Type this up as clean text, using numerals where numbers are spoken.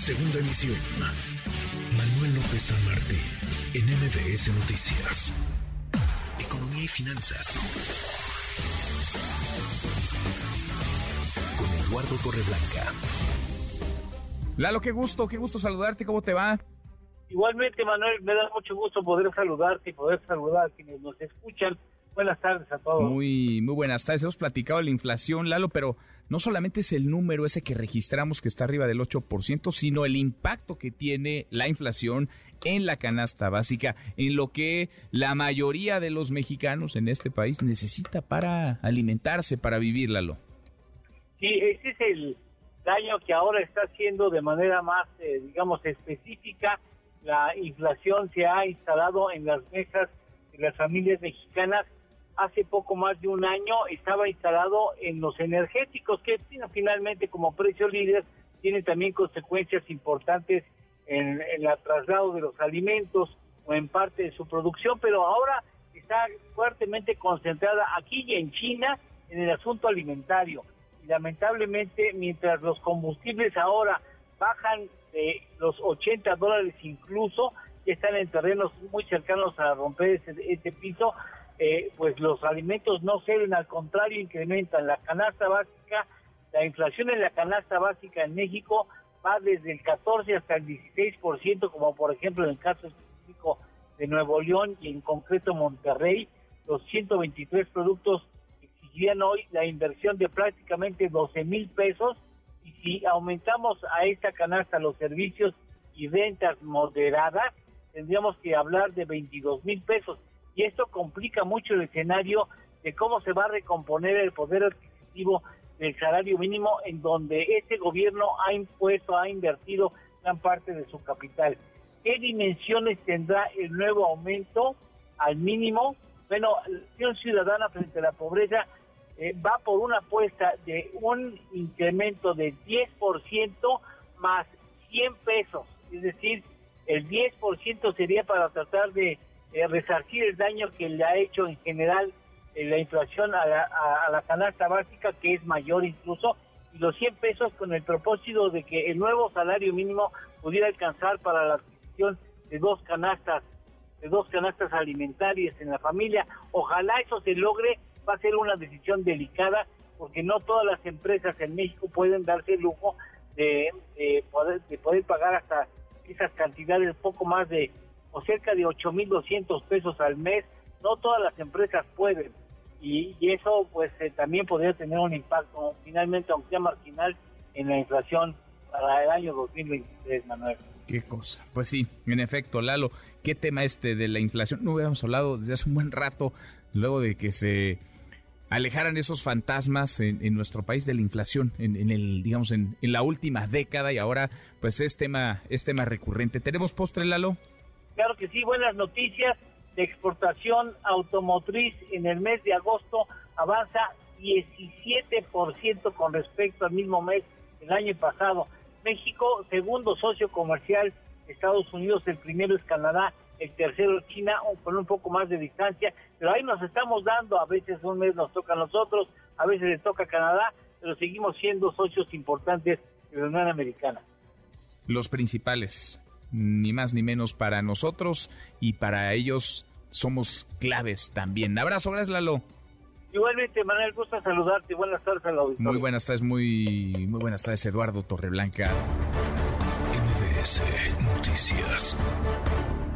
Segunda emisión. Manuel López San Martín, en MBS Noticias. Economía y finanzas. Con Eduardo Torreblanca. Lalo, qué gusto saludarte, ¿cómo te va? Igualmente, Manuel, me da mucho gusto poder saludarte y poder saludar a quienes nos escuchan. Buenas tardes a todos. Muy buenas tardes. Hemos platicado de la inflación, Lalo, pero no solamente es el número ese que registramos que está arriba del 8%, sino el impacto que tiene la inflación en la canasta básica, en lo que la mayoría de los mexicanos en este país necesita para alimentarse, para vivir, Lalo. Sí, ese es el daño que ahora está haciendo de manera más, específica. La inflación se ha instalado en las mesas de las familias mexicanas. Hace poco más de un año estaba instalado en los energéticos, que finalmente como precio líder tiene también consecuencias importantes en el traslado de los alimentos o en parte de su producción, pero ahora está fuertemente concentrada aquí y en China en el asunto alimentario. Y lamentablemente, mientras los combustibles ahora bajan de los $80 incluso, que están en terrenos muy cercanos a romper ese piso, pues los alimentos no ceden, al contrario, incrementan la canasta básica. La inflación en la canasta básica en México va desde el 14 hasta el 16%, como por ejemplo en el caso específico de Nuevo León y en concreto Monterrey. Los 123 productos exigirían hoy la inversión de prácticamente 12,000 pesos, y si aumentamos a esta canasta los servicios y ventas moderadas, tendríamos que hablar de 22,000 pesos. Y esto complica mucho el escenario de cómo se va a recomponer el poder adquisitivo del salario mínimo, en donde este gobierno ha invertido gran parte de su capital. ¿Qué dimensiones tendrá el nuevo aumento al mínimo? Bueno, la Acción Ciudadana frente a la pobreza va por una apuesta de un incremento de 10% más 100 pesos, es decir, el 10% sería para tratar de resarcir el daño que le ha hecho en general la inflación a la canasta básica, que es mayor incluso, y los 100 pesos con el propósito de que el nuevo salario mínimo pudiera alcanzar para la adquisición de dos canastas alimentarias en la familia. Ojalá eso se logre. Va a ser una decisión delicada, porque no todas las empresas en México pueden darse el lujo de poder pagar hasta esas cantidades, poco más de o cerca de 8,200 pesos al mes. No todas las empresas pueden, y eso pues también podría tener un impacto finalmente, aunque sea marginal, en la inflación para el año 2023, Manuel. Qué cosa. Pues sí, en efecto, Lalo, qué tema de la inflación. No habíamos hablado desde hace un buen rato, luego de que se alejaran esos fantasmas en nuestro país de la inflación en la última década, y ahora pues es tema recurrente. ¿Tenemos postre, Lalo? Claro que sí, buenas noticias. De exportación automotriz en el mes de agosto avanza 17% con respecto al mismo mes del año pasado. México, segundo socio comercial de Estados Unidos, el primero es Canadá, el tercero es China, con un poco más de distancia, pero ahí nos estamos dando. A veces un mes nos toca a nosotros, a veces le toca a Canadá, pero seguimos siendo socios importantes de la Unión Americana. Los principales, ni más ni menos para nosotros, y para ellos somos claves también. Abrazo, gracias, Lalo. Igualmente, Manuel, gusto saludarte. Buenas tardes a la auditorio. Muy buenas tardes, muy buenas tardes, Eduardo Torreblanca. MBS Noticias.